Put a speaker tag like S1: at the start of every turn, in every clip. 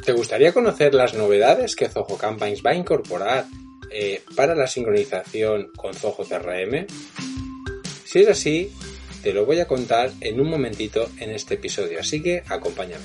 S1: ¿Te gustaría conocer las novedades que Zoho Campaigns va a incorporar para la sincronización con Zoho CRM? Si es así, te lo voy a contar en un momentito en este episodio, así que acompáñame.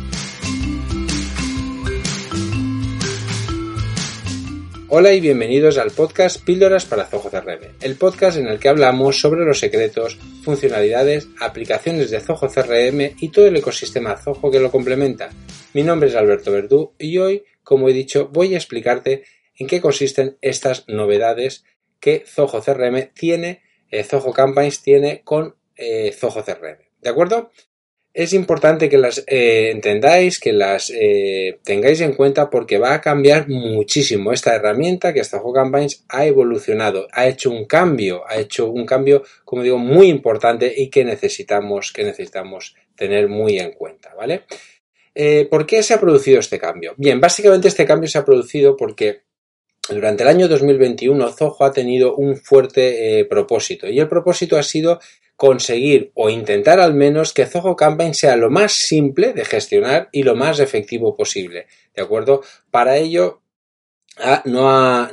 S1: Hola y bienvenidos al podcast Píldoras para Zoho CRM, el podcast en el que hablamos sobre los secretos, funcionalidades, aplicaciones de Zoho CRM y todo el ecosistema Zoho que lo complementa. Mi nombre es Alberto Verdú y hoy, como he dicho, voy a explicarte en qué consisten estas novedades que Zoho CRM tiene, Zoho Campaigns tiene con Zoho CRM. ¿De acuerdo? Es importante que las entendáis, que las tengáis en cuenta porque va a cambiar muchísimo esta herramienta que Zoho Campaigns ha evolucionado, ha hecho un cambio, como digo, muy importante y que necesitamos tener muy en cuenta, ¿vale? ¿Por qué se ha producido este cambio? Bien, básicamente este cambio se ha producido porque durante el año 2021 Zoho ha tenido un fuerte propósito y el propósito ha sido conseguir o intentar al menos que Zoho Campaign sea lo más simple de gestionar y lo más efectivo posible, ¿de acuerdo? Para ello no ha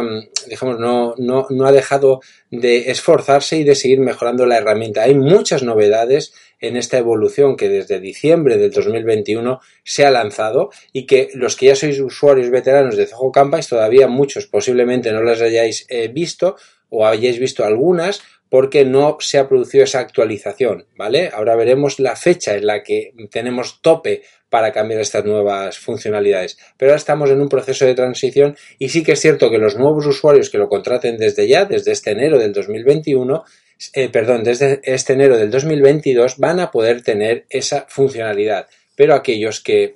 S1: dejado de esforzarse y de seguir mejorando la herramienta. Hay muchas novedades en esta evolución que desde diciembre del 2021 se ha lanzado y que los que ya sois usuarios veteranos de Zoho Campaigns, todavía muchos posiblemente no las hayáis visto o hayáis visto algunas porque no se ha producido esa actualización, ¿vale? Ahora veremos la fecha en la que tenemos tope para cambiar estas nuevas funcionalidades. Pero ahora estamos en un proceso de transición y sí que es cierto que los nuevos usuarios que lo contraten desde este enero del 2021, desde este enero del 2022 van a poder tener esa funcionalidad. Pero aquellos que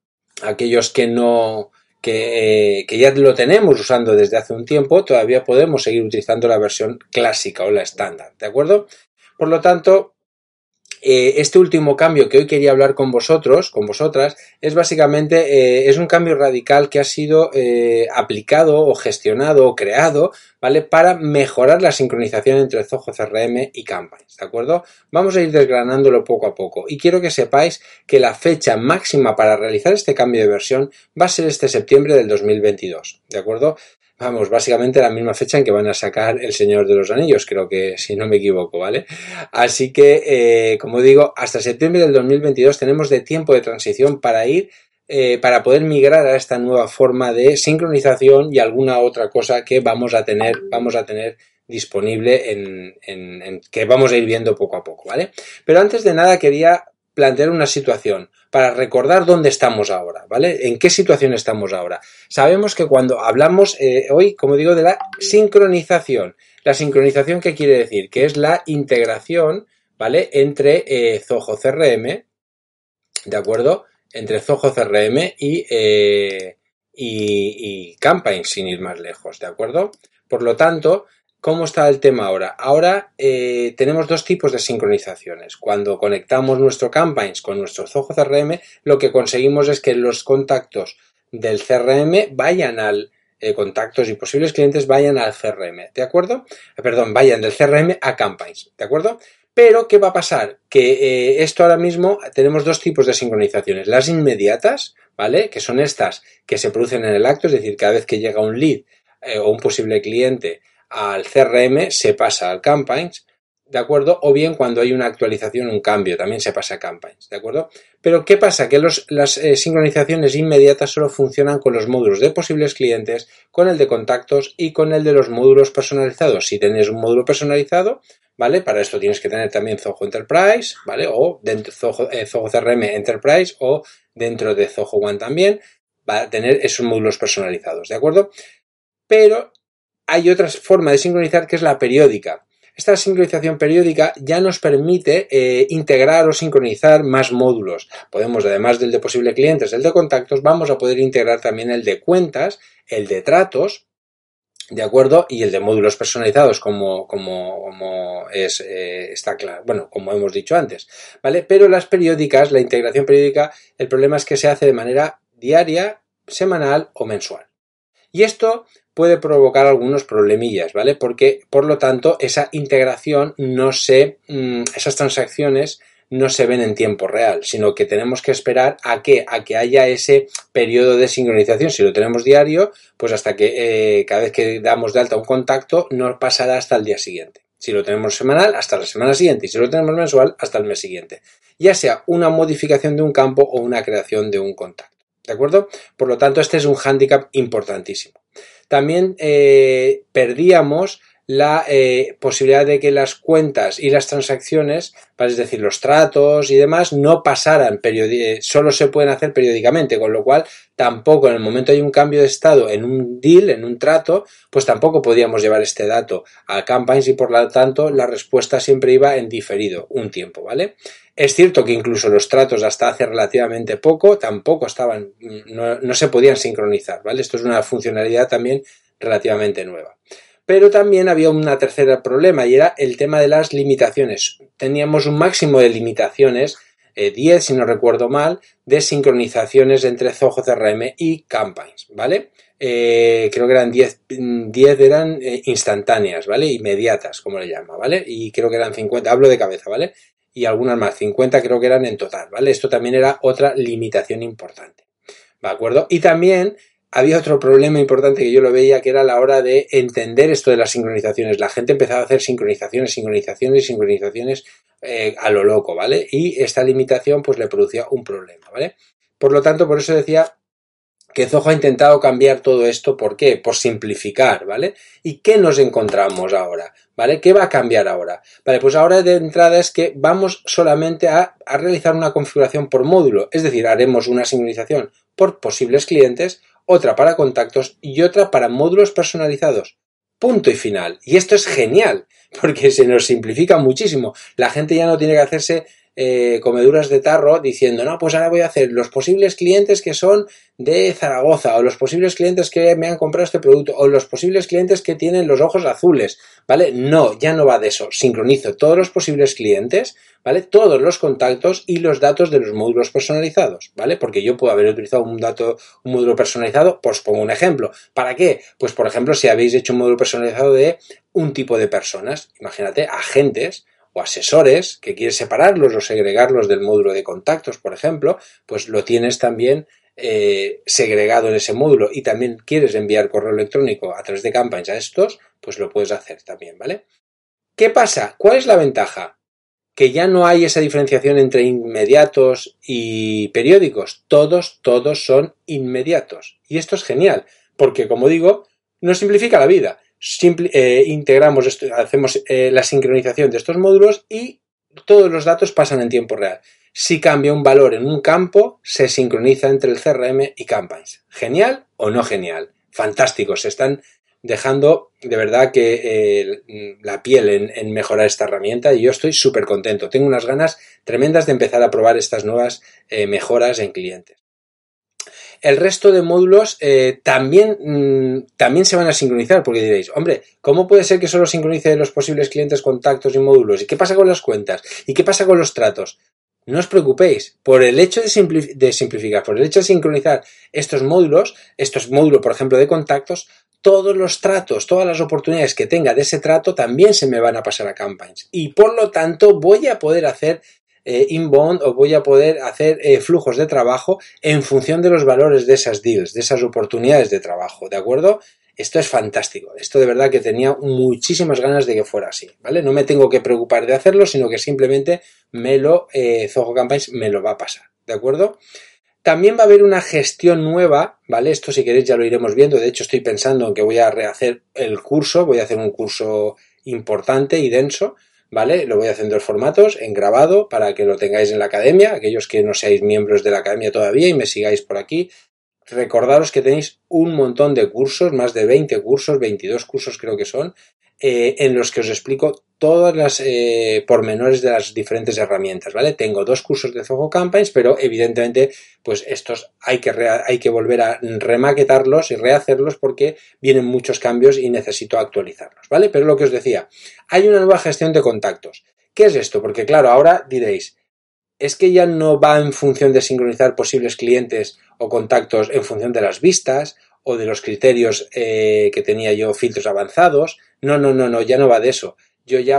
S1: ya lo tenemos usando desde hace un tiempo, todavía podemos seguir utilizando la versión clásica o la estándar, ¿de acuerdo? Por lo tanto, este último cambio que hoy quería hablar con vosotras, es básicamente es un cambio radical que ha sido aplicado o gestionado o creado, ¿vale? Para mejorar la sincronización entre Zoho CRM y Campaigns, ¿de acuerdo? Vamos a ir desgranándolo poco a poco y quiero que sepáis que la fecha máxima para realizar este cambio de versión va a ser este septiembre del 2022, ¿de acuerdo? Vamos, básicamente la misma fecha en que van a sacar El Señor de los Anillos, creo que si no me equivoco, ¿vale? Así que, como digo, hasta septiembre del 2022 tenemos de tiempo de transición para poder migrar a esta nueva forma de sincronización y alguna otra cosa que vamos a tener disponible que vamos a ir viendo poco a poco, ¿vale? Pero antes de nada quería plantear una situación para recordar dónde estamos ahora, ¿vale? ¿En qué situación estamos ahora? Sabemos que cuando hablamos hoy, como digo, de la sincronización, ¿qué quiere decir? Que es la integración, ¿vale? Entre Zoho CRM, ¿de acuerdo? Entre Zoho CRM y Campaigns, sin ir más lejos, ¿de acuerdo? Por lo tanto, ¿cómo está el tema ahora? Ahora tenemos dos tipos de sincronizaciones. Cuando conectamos nuestro Campaigns con nuestro Zoho CRM, lo que conseguimos es que los contactos del CRM contactos y posibles clientes vayan al CRM, ¿de acuerdo? Vayan del CRM a Campaigns, ¿de acuerdo? Pero, ¿qué va a pasar? Que esto ahora mismo tenemos dos tipos de sincronizaciones. Las inmediatas, ¿vale? Que son estas que se producen en el acto, es decir, cada vez que llega un lead o un posible cliente al CRM se pasa al Campaigns, ¿de acuerdo? O bien cuando hay una actualización, un cambio, también se pasa a Campaigns, ¿de acuerdo? Pero ¿qué pasa? Que las sincronizaciones inmediatas solo funcionan con los módulos de posibles clientes, con el de contactos y con el de los módulos personalizados. Si tenéis un módulo personalizado, ¿vale? Para esto tienes que tener también Zoho Enterprise, ¿vale? O dentro de Zoho CRM Enterprise o dentro de Zoho One también va a tener esos módulos personalizados, ¿de acuerdo? Pero hay otra forma de sincronizar que es la periódica. Esta sincronización periódica ya nos permite integrar o sincronizar más módulos. Podemos, además del de posible clientes, el de contactos, vamos a poder integrar también el de cuentas, el de tratos, ¿de acuerdo? Y el de módulos personalizados como está claro, bueno, como hemos dicho antes, ¿vale? Pero las periódicas, la integración periódica, el problema es que se hace de manera diaria, semanal o mensual. Y esto puede provocar algunos problemillas, ¿vale? Porque, por lo tanto, esa integración esas transacciones no se ven en tiempo real, sino que tenemos que esperar a que haya ese periodo de sincronización. Si lo tenemos diario, pues hasta que cada vez que damos de alta un contacto no pasará hasta el día siguiente. Si lo tenemos semanal, hasta la semana siguiente, y si lo tenemos mensual, hasta el mes siguiente, ya sea una modificación de un campo o una creación de un contacto. ¿De acuerdo? Por lo tanto, este es un hándicap importantísimo. También perdíamos la posibilidad de que las cuentas y las transacciones, es decir, los tratos y demás, no pasaran, solo se pueden hacer periódicamente, con lo cual tampoco en el momento hay un cambio de estado en un deal, en un trato, pues tampoco podíamos llevar este dato a Campaigns y por lo tanto la respuesta siempre iba en diferido, un tiempo, ¿vale? Es cierto que incluso los tratos hasta hace relativamente poco tampoco estaban, no se podían sincronizar, ¿vale? Esto es una funcionalidad también relativamente nueva. Pero también había un tercer problema y era el tema de las limitaciones. Teníamos un máximo de limitaciones, 10 si no recuerdo mal, de sincronizaciones entre Zoho CRM y Campaigns, ¿vale? Creo que eran 10 eran instantáneas, ¿vale? Inmediatas, como le llama, ¿vale? Y creo que eran 50, hablo de cabeza, ¿vale? Y algunas más, 50 creo que eran en total, ¿vale? Esto también era otra limitación importante, ¿de acuerdo? Y también había otro problema importante que yo lo veía, que era a la hora de entender esto de las sincronizaciones. La gente empezaba a hacer sincronizaciones a lo loco, ¿vale? Y esta limitación pues le producía un problema, ¿vale? Por lo tanto, por eso decía que Zoho ha intentado cambiar todo esto. ¿Por qué? Por simplificar, ¿vale? ¿Y qué nos encontramos ahora? ¿Vale? ¿Qué va a cambiar ahora? Vale, pues ahora de entrada es que vamos solamente a realizar una configuración por módulo. Es decir, haremos una sincronización por posibles clientes, otra para contactos y otra para módulos personalizados. Punto y final. Y esto es genial, porque se nos simplifica muchísimo. La gente ya no tiene que hacerse comeduras de tarro diciendo, no, pues ahora voy a hacer los posibles clientes que son de Zaragoza, o los posibles clientes que me han comprado este producto, o los posibles clientes que tienen los ojos azules, ¿vale? No, ya no va de eso. Sincronizo todos los posibles clientes, ¿vale? Todos los contactos y los datos de los módulos personalizados, ¿vale? Porque yo puedo haber utilizado un módulo personalizado, pues pongo un ejemplo. ¿Para qué? Pues por ejemplo, si habéis hecho un módulo personalizado de un tipo de personas, imagínate, agentes o asesores, que quieres separarlos o segregarlos del módulo de contactos, por ejemplo, pues lo tienes también segregado en ese módulo y también quieres enviar correo electrónico a través de Campaigns a estos, pues lo puedes hacer también, ¿vale? ¿Qué pasa? ¿Cuál es la ventaja? Que ya no hay esa diferenciación entre inmediatos y periódicos. Todos son inmediatos. Y esto es genial, porque como digo, nos simplifica la vida. Integramos esto, hacemos la sincronización de estos módulos y todos los datos pasan en tiempo real. Si cambia un valor en un campo, se sincroniza entre el CRM y Campaigns. ¿Genial o no genial? Fantástico, se están dejando de verdad que la piel en mejorar esta herramienta y yo estoy súper contento. Tengo unas ganas tremendas de empezar a probar estas nuevas mejoras en clientes. El resto de módulos también se van a sincronizar, porque diréis, hombre, ¿cómo puede ser que solo sincronice los posibles clientes, contactos y módulos? ¿Y qué pasa con las cuentas? ¿Y qué pasa con los tratos? No os preocupéis, por el hecho de simplificar, por el hecho de sincronizar estos módulos, por ejemplo, de contactos, todos los tratos, todas las oportunidades que tenga de ese trato también se me van a pasar a Campaigns. Y por lo tanto voy a poder hacer inbound o voy a poder hacer flujos de trabajo en función de los valores de esas deals, de esas oportunidades de trabajo, ¿de acuerdo? Esto es fantástico, esto de verdad que tenía muchísimas ganas de que fuera así, ¿vale? No me tengo que preocupar de hacerlo, sino que simplemente Zoho Campaigns me lo va a pasar, ¿de acuerdo? También va a haber una gestión nueva, ¿vale? Esto si queréis ya lo iremos viendo, de hecho estoy pensando en que voy a rehacer el curso, voy a hacer un curso importante y denso, ¿vale? Lo voy a hacer en 2 formatos, en grabado, para que lo tengáis en la academia, aquellos que no seáis miembros de la academia todavía y me sigáis por aquí. Recordaros que tenéis un montón de cursos, más de 20 cursos, 22 cursos creo que son, en los que os explico todas las pormenores de las diferentes herramientas, ¿vale? Tengo 2 cursos de Zoho Campaigns, pero evidentemente pues estos hay que volver a remaquetarlos y rehacerlos porque vienen muchos cambios y necesito actualizarlos, ¿vale? Pero lo que os decía, hay una nueva gestión de contactos. ¿Qué es esto? Porque claro, ahora diréis, es que ya no va en función de sincronizar posibles clientes o contactos en función de las vistas o de los criterios que tenía yo, filtros avanzados. No, ya no va de eso. Yo ya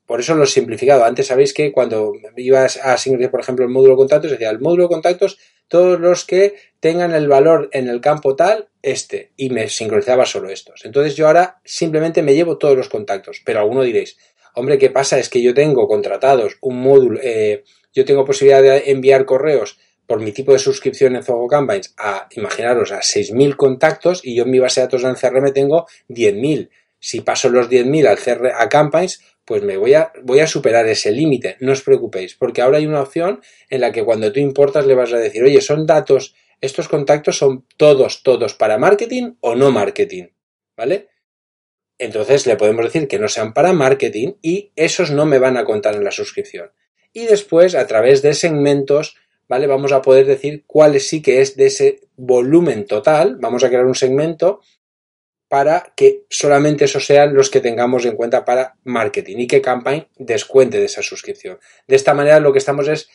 S1: por eso lo he simplificado. Antes sabéis que cuando ibas a sincronizar, por ejemplo, el módulo de contactos, decía el módulo de contactos, todos los que tengan el valor en el campo tal, y me sincronizaba solo estos. Entonces yo ahora simplemente me llevo todos los contactos, pero alguno diréis, hombre, ¿qué pasa? Es que yo tengo contratados un módulo, yo tengo posibilidad de enviar correos por mi tipo de suscripción en Zoho Campaigns imaginaros, a 6.000 contactos y yo en mi base de datos en el CRM tengo 10.000. Si paso los 10.000 a Campaigns, pues me voy a superar ese límite. No os preocupéis, porque ahora hay una opción en la que cuando tú importas le vas a decir, oye, son datos, estos contactos son todos para marketing o no marketing, ¿vale? Entonces le podemos decir que no sean para marketing y esos no me van a contar en la suscripción. Y después, a través de segmentos, ¿vale? Vamos a poder decir cuál sí que es de ese volumen total. Vamos a crear un segmento para que solamente esos sean los que tengamos en cuenta para marketing y que Campaign descuente de esa suscripción. De esta manera lo que estamos es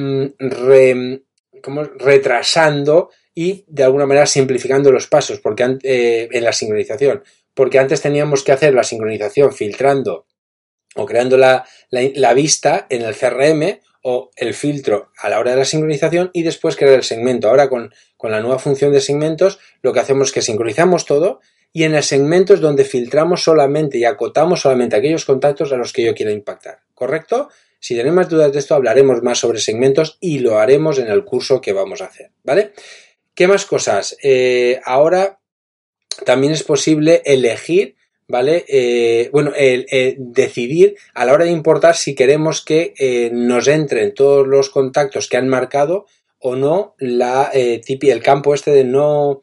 S1: retrasando y de alguna manera simplificando los pasos porque en la sincronización. Porque antes teníamos que hacer la sincronización filtrando o creando la vista en el CRM o el filtro a la hora de la sincronización y después crear el segmento. Ahora con la nueva función de segmentos lo que hacemos es que sincronizamos todo y en el segmento es donde filtramos solamente y acotamos solamente aquellos contactos a los que yo quiera impactar. ¿Correcto? Si tenéis más dudas de esto hablaremos más sobre segmentos y lo haremos en el curso que vamos a hacer. ¿Vale? ¿Qué más cosas? Ahora también es posible elegir, ¿vale? Decidir a la hora de importar si queremos que nos entren todos los contactos que han marcado o no el campo de no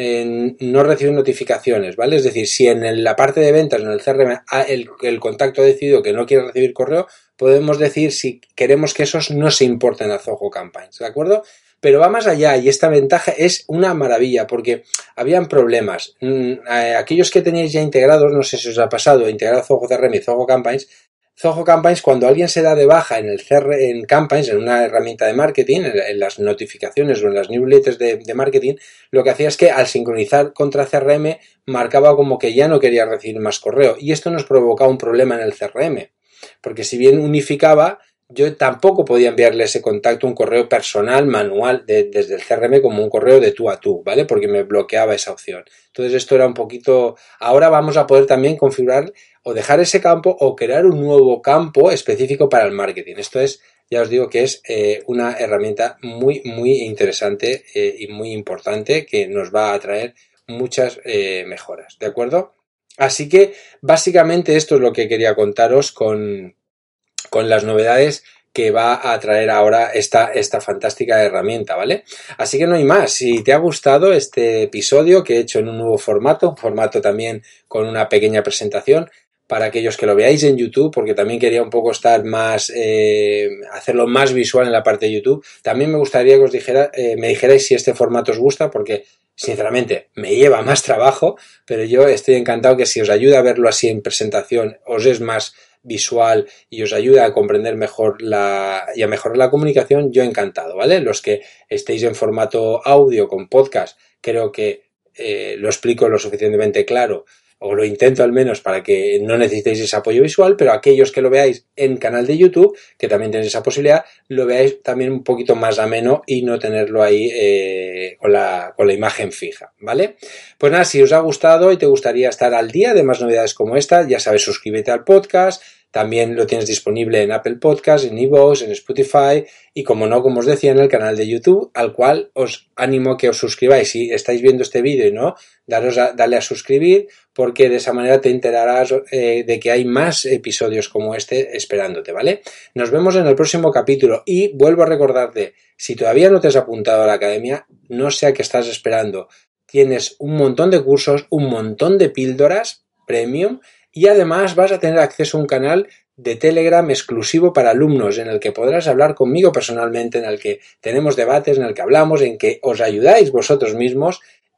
S1: recibir notificaciones, ¿vale? Es decir, si en la parte de ventas, en el CRM, el contacto ha decidido que no quiere recibir correo, podemos decir si queremos que esos no se importen a Zoho Campaigns, ¿de acuerdo? Pero va más allá y esta ventaja es una maravilla porque habían problemas. Aquellos que teníais ya integrados, no sé si os ha pasado, integrar Zoho CRM y Zoho Campaigns, cuando alguien se da de baja en Campaigns, en una herramienta de marketing, en las notificaciones o en las newsletters de marketing, lo que hacía es que al sincronizar contra CRM marcaba como que ya no quería recibir más correo y esto nos provocaba un problema en el CRM porque si bien unificaba, yo tampoco podía enviarle ese contacto un correo personal, manual, desde el CRM como un correo de tú a tú, ¿vale? Porque me bloqueaba esa opción. Entonces esto era un poquito... Ahora vamos a poder también configurar o dejar ese campo o crear un nuevo campo específico para el marketing. Esto es, ya os digo que es una herramienta muy, muy interesante y muy importante que nos va a traer muchas mejoras, ¿de acuerdo? Así que básicamente esto es lo que quería contaros con las novedades que va a traer ahora esta fantástica herramienta, ¿vale? Así que no hay más. Si te ha gustado este episodio que he hecho en un nuevo formato, un formato también con una pequeña presentación, para aquellos que lo veáis en YouTube, porque también quería un poco estar más, hacerlo más visual en la parte de YouTube. También me gustaría que os me dijerais si este formato os gusta, porque sinceramente me lleva más trabajo, pero yo estoy encantado que si os ayuda a verlo así en presentación, os es más visual y os ayuda a comprender mejor y a mejorar la comunicación, yo encantado, ¿vale? Los que estéis en formato audio con podcast, creo que lo explico lo suficientemente claro o lo intento al menos para que no necesitéis ese apoyo visual, pero aquellos que lo veáis en canal de YouTube, que también tenéis esa posibilidad, lo veáis también un poquito más ameno y no tenerlo ahí con la imagen fija, ¿vale? Pues nada, si os ha gustado y te gustaría estar al día de más novedades como esta, ya sabes, suscríbete al podcast. También lo tienes disponible en Apple Podcasts, en iVoox, en Spotify y, como no, como os decía, en el canal de YouTube, al cual os animo a que os suscribáis. Si estáis viendo este vídeo y no, dale a suscribir, porque de esa manera te enterarás de que hay más episodios como este esperándote, ¿vale? Nos vemos en el próximo capítulo y vuelvo a recordarte, si todavía no te has apuntado a la academia, no sé a qué estás esperando. Tienes un montón de cursos, un montón de píldoras premium y además vas a tener acceso a un canal de Telegram exclusivo para alumnos en el que podrás hablar conmigo personalmente, en el que tenemos debates, en el que hablamos, en que os ayudáis vosotros mismos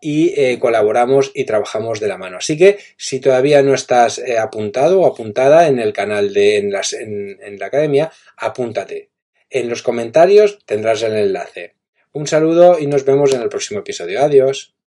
S1: y colaboramos y trabajamos de la mano. Así que si todavía no estás apuntado o apuntada en el canal en la academia, apúntate. En los comentarios tendrás el enlace. Un saludo y nos vemos en el próximo episodio. Adiós.